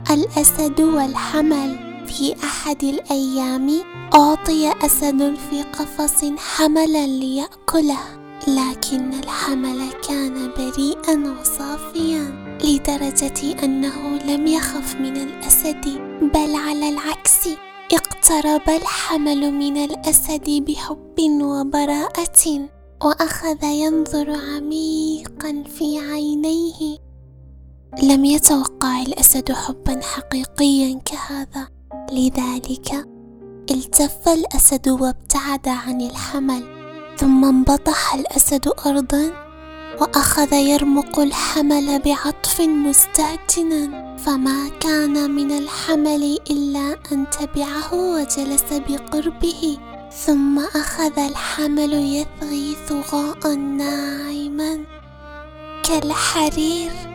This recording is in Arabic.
الأسد والحمل. في أحد الأيام أعطي أسد في قفص حملا ليأكله، لكن الحمل كان بريئا وصافيا لدرجة أنه لم يخف من الأسد، بل على العكس اقترب الحمل من الأسد بحب وبراءة، وأخذ ينظر عميقا في عينيه. لم يتوقع الأسد حبا حقيقيا كهذا، لذلك التف الأسد وابتعد عن الحمل، ثم انبطح الأسد أرضا وأخذ يرمق الحمل بعطف مستهجنا، فما كان من الحمل إلا أن تبعه وجلس بقربه، ثم أخذ الحمل يثغي ثغاء ناعما كالحرير